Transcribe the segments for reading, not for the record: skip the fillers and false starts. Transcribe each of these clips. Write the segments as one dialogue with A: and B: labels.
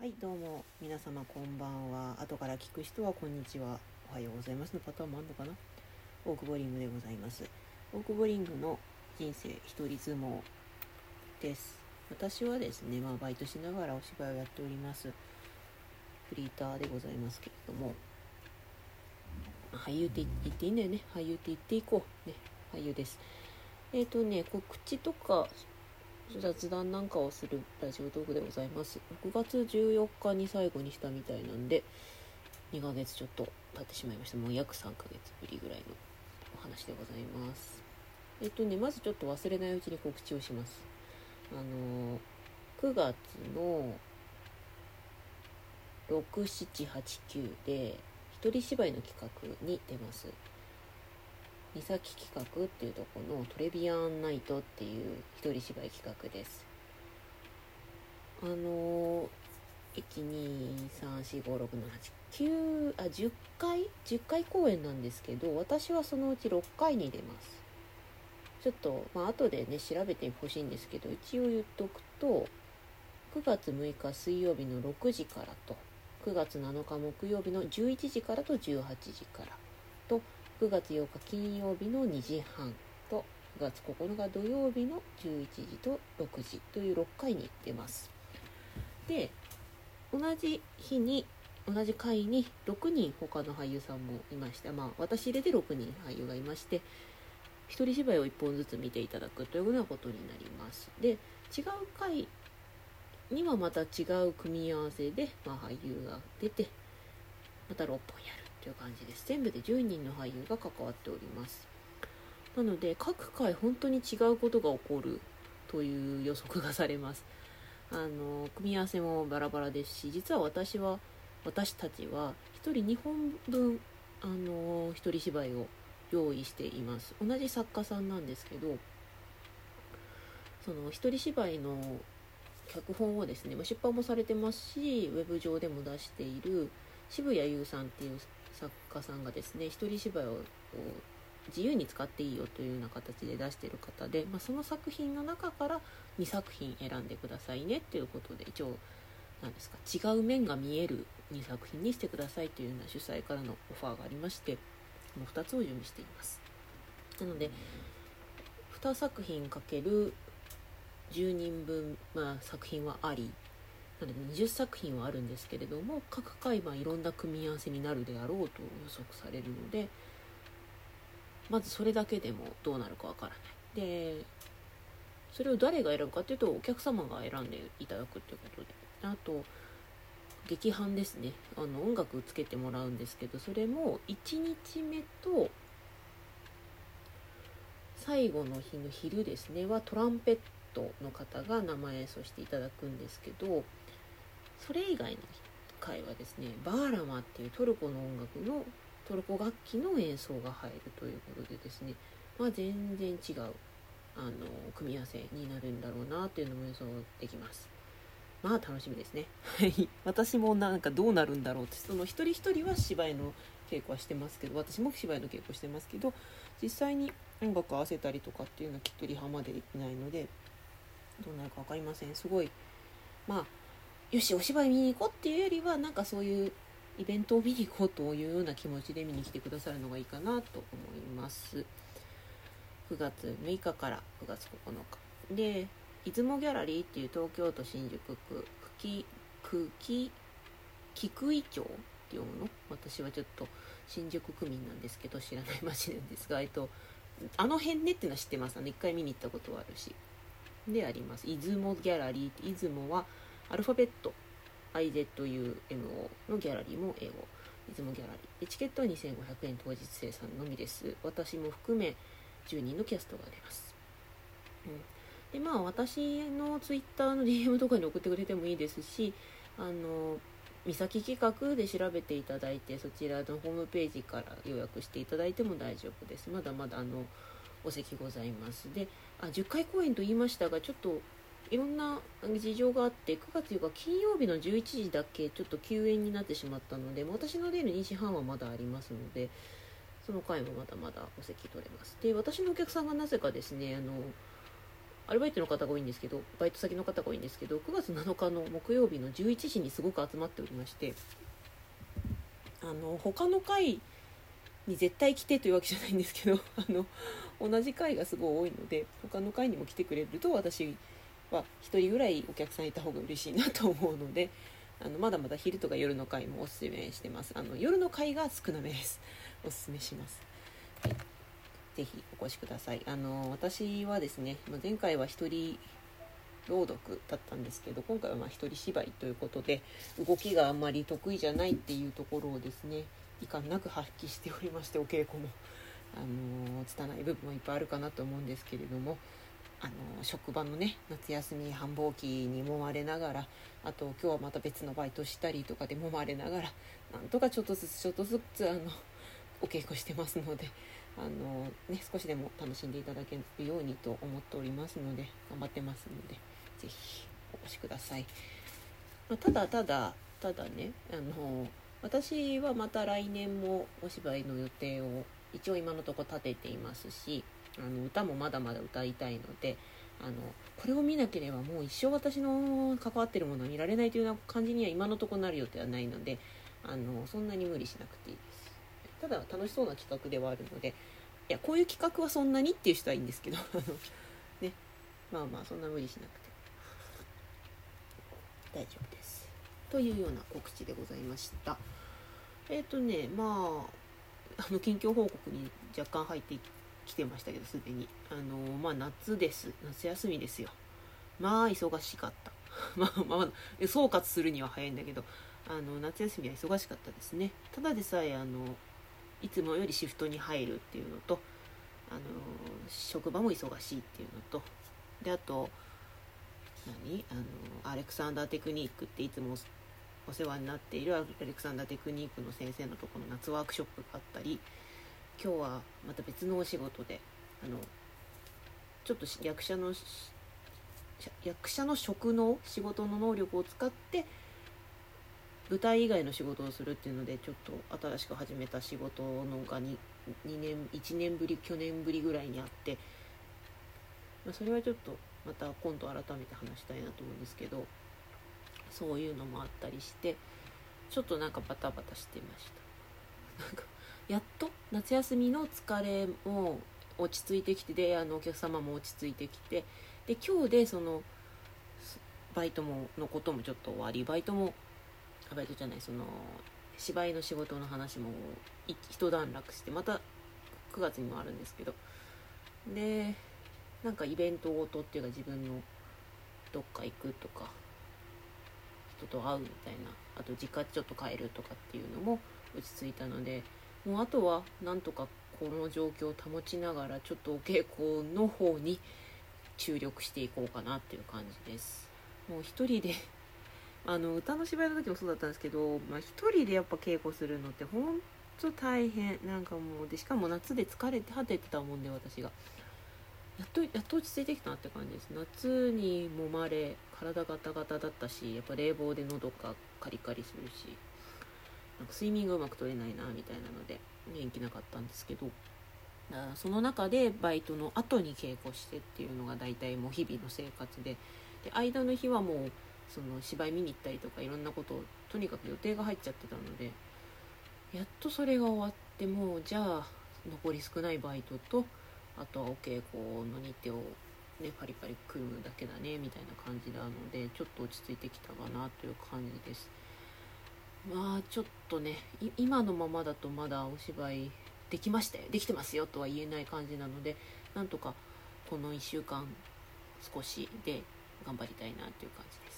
A: はい、どうも皆様こんばんは。後から聞く人はこんにちは、おはようございますのパターンもあるのかな。オークボリングでございます。オークボリングの人生一人相撲です。私はですね、バイトしながらお芝居をやっておりますフリーターでございますけれども、俳優って言っていいんだよね。俳優って言っていこうね。俳優です。告知とか雑談なんかをするラジオトークでございます。6月14日に最後にしたみたいなんで、2ヶ月ちょっと経ってしまいました。もう約3ヶ月ぶりぐらいのお話でございます。まずちょっと忘れないうちに告知をします。9月の6、7、8、9で一人芝居の企画に出ます。三崎企画っていうところのトレビアンナイトっていう一人芝居企画です。10回公演なんですけど、私はそのうち6回に出ます。ちょっと後でね調べてほしいんですけど、一応言っとくと、9月6日水曜日の6時からと、9月7日木曜日の11時からと18時からと、9月8日金曜日の2時半と、9月9日土曜日の11時と6時という6回に出ます。で、同じ日に同じ回に6人他の俳優さんもいまして、私入れて6人俳優がいまして、一人芝居を1本ずつ見ていただくというようなことになります。で、違う回にはまた違う組み合わせで、俳優が出てまた6本やるという感じです。全部で10人の俳優が関わっております。なので各回本当に違うことが起こるという予測がされます。組み合わせもバラバラですし、実は私たちは1人2本分一人芝居を用意しています。同じ作家さんなんですけど、その一人芝居の脚本をですね、出版もされてますし、ウェブ上でも出している渋谷優さんっていう作家さんがですね、一人芝居を自由に使っていいよというような形で出している方で、その作品の中から2作品選んでくださいねっていうことで、一応違う面が見える2作品にしてくださいというような主催からのオファーがありまして、もう2つを準備しています。なので2作品かける10人分、作品はあり、なので20作品はあるんですけれども、各回いろんな組み合わせになるであろうと予測されるので、まずそれだけでもどうなるかわからない。で、それを誰が選ぶかというと、お客様が選んでいただくということで、あと劇伴ですね、音楽つけてもらうんですけど、それも1日目と最後の日の昼ですねはトランペットの方が生演奏していただくんですけど、それ以外の回はですね、バーラマっていうトルコの音楽のトルコ楽器の演奏が入るということでですね、全然違う組み合わせになるんだろうなというのも予想できます。楽しみですね私もどうなるんだろうって、その一人一人は芝居の稽古はしてますけど、私も芝居の稽古してますけど、実際に音楽合わせたりとかっていうのはきっとリハまでできないので、どうなるか分かりません。すごいよしお芝居見に行こうっていうよりは、そういうイベントを見に行こうというような気持ちで見に来てくださるのがいいかなと思います。9月6日から9月9日で、出雲ギャラリーっていう東京都新宿区菊井町って読むの、私はちょっと新宿区民なんですけど知らない町なんですが、あの辺ねっていうのは知ってます。一回見に行ったことはあるしであります。出雲ギャラリー、出雲はアルファベット IZUMO のギャラリーも英語、出雲ギャラリーで、チケットは2500円当日生産のみです。私も含め10人のキャストが出ます。で私のツイッターの DM とかに送ってくれてもいいですし、三崎企画で調べていただいて、そちらのホームページから予約していただいても大丈夫です。まだまだお席ございます。で、10回公演と言いましたが、ちょっといろんな事情があって、9月4日金曜日の11時だけちょっと休演になってしまったので、私の出る2時半はまだありますので、その回もまだまだお席取れます。で、私のお客さんがなぜかですね、 アルバイトの方が多いんですけど、バイト先の方が多いんですけど、9月7日の木曜日の11時にすごく集まっておりまして、他の会に絶対来てというわけじゃないんですけど同じ会がすごい多いので、他の会にも来てくれると私は1人ぐらいお客さんいた方が嬉しいなと思うので、まだまだ昼とか夜の会もおすすめしてます。夜の会が少なめです。おすすめします、はい、ぜひお越しください。私はですね、前回は一人朗読だったんですけど、今回は一人芝居ということで、動きがあんまり得意じゃないっていうところをですね、遺憾なく発揮しておりまして、お稽古も拙い部分もいっぱいあるかなと思うんですけれども、職場のね、夏休み繁忙期に揉まれながら、あと今日はまた別のバイトしたりとかで揉まれながら、なんとかちょっとずつお稽古してますので、少しでも楽しんでいただけるようにと思っておりますので、頑張ってますので、ぜひお越しください。ただね、私はまた来年もお芝居の予定を一応今のところ立てていますし、歌もまだまだ歌いたいので、これを見なければもう一生私の関わってるものを見られないというような感じには今のところなる予定はないので、そんなに無理しなくていいです。ただ楽しそうな企画ではあるので、いやこういう企画はそんなにっていう人はいいんですけどね、まあそんな無理しなくて大丈夫ですというような告知でございました。近況報告に若干入ってきてましたけど、すでに夏です。夏休みですよ。忙しかった総括するには早いんだけど、夏休みは忙しかったですね。ただでさえいつもよりシフトに入るっていうのと、職場も忙しいっていうのと、であとアレクサンダーテクニックっていつもお世話になっているアレクサンダーテクニックの先生のところの夏ワークショップがあったり、今日はまた別のお仕事でちょっと役者の職の仕事の能力を使って舞台以外の仕事をするっていうので、ちょっと新しく始めた仕事のが1年ぶり去年ぶりぐらいにあって、それはちょっとまた今度改めて話したいなと思うんですけど、そういうのもあったりして、ちょっとバタバタしてました。やっと夏休みの疲れも落ち着いてきて、でお客様も落ち着いてきて、で今日でそのバイトのこともちょっと終わり、芝居の仕事の話も一段落して、また9月にもあるんですけど、でイベントごとっていうか、自分のどっか行くとか人と会うみたいな、あと実家ちょっと帰るとかっていうのも落ち着いたので、もうあとはなんとかこの状況を保ちながら、ちょっとお稽古の方に注力していこうかなっていう感じです。もう一人で歌の芝居の時もそうだったんですけど、一人でやっぱ稽古するのってほんと大変。もうでしかも夏で疲れて果ててたもんで、私がやっと落ち着いてきたなって感じです。夏に揉まれ体ガタガタだったし、やっぱ冷房で喉がカリカリするし、睡眠がうまく取れないなみたいなので元気なかったんですけど、その中でバイトの後に稽古してっていうのが大体もう日々の生活で、間の日はもうその芝居見に行ったりとかいろんなことをとにかく予定が入っちゃってたので、やっとそれが終わって、もうじゃあ残り少ないバイトと、あとはお稽古の日程をパリパリ組むだけだねみたいな感じなので、ちょっと落ち着いてきたかなという感じです。ちょっとね、今のままだとまだお芝居できましたよ、できてますよとは言えない感じなので、なんとかこの1週間少しで頑張りたいなっていう感じです。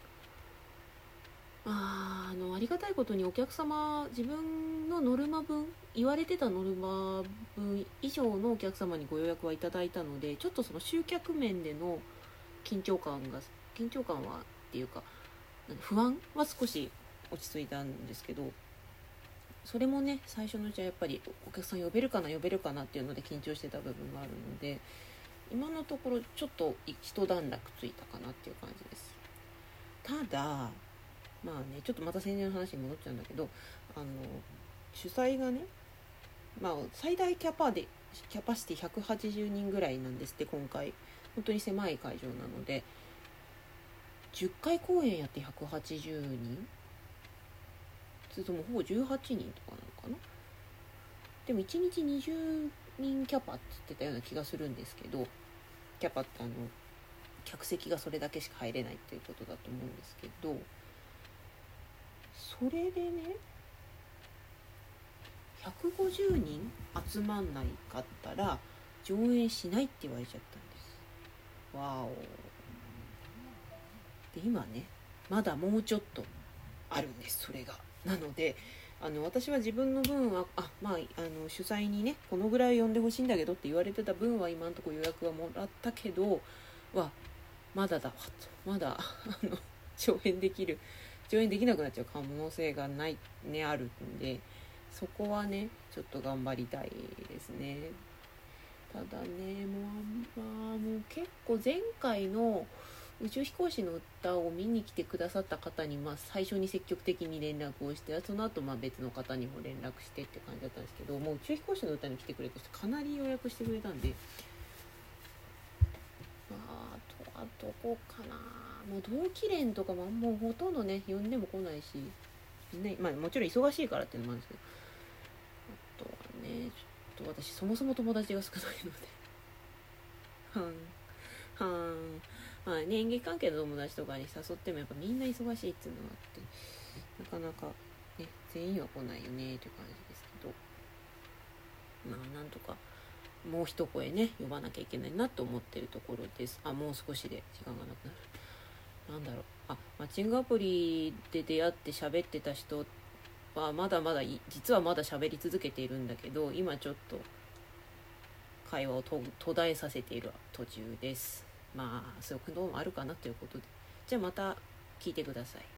A: ありがたいことにお客様、自分のノルマ分、言われてたノルマ分以上のお客様にご予約はいただいたので、ちょっとその集客面での緊張感はっていうか不安は少し落ち着いたんですけど、それもね、最初のうちはやっぱりお客さん呼べるかなっていうので緊張してた部分があるので、今のところちょっと一段落ついたかなっていう感じです。ただちょっとまた宣伝の話に戻っちゃうんだけど、主催がね、最大キャパシティ180人ぐらいなんですって今回。 本当に狭い会場なので、10回公演やって180人、それともほぼ18人とかなのかな。でも1日20人キャパって言ってたような気がするんですけど、キャパって客席がそれだけしか入れないっていうことだと思うんですけど、それでね150人集まんないかったら上演しないって言われちゃったんです。わお。で今ねまだもうちょっとあるんです、それが。なので私は自分の分は主催にねこのぐらい呼んでほしいんだけどって言われてた分は今のところ予約はもらったけど、まだだわと、まだ上演できなくなっちゃう可能性がないね、あるんで、そこはねちょっと頑張りたいですね。ただねもう結構前回の宇宙飛行士の歌を見に来てくださった方に最初に積極的に連絡をして、その後別の方にも連絡してって感じだったんですけど、もう宇宙飛行士の歌に来てくれた人かなり予約してくれたんで、あとはどこかな。もう同期連とかももうほとんどね呼んでも来ないし、ね、もちろん忙しいからっていうのもあるんですけど、あとはねちょっと私そもそも友達が少ないので演劇関係の友達とかに誘ってもやっぱみんな忙しいっていうのがあって、なかなかね全員は来ないよねっていう感じですけど、なんとかもう一声ね呼ばなきゃいけないなと思ってるところです。もう少しで時間がなくなる。なんだろう、マッチングアプリで出会って喋ってた人はまだまだ実はまだ喋り続けているんだけど、今ちょっと会話を途絶えさせている途中です。そういうこともあるかなということで、じゃあまた聞いてください。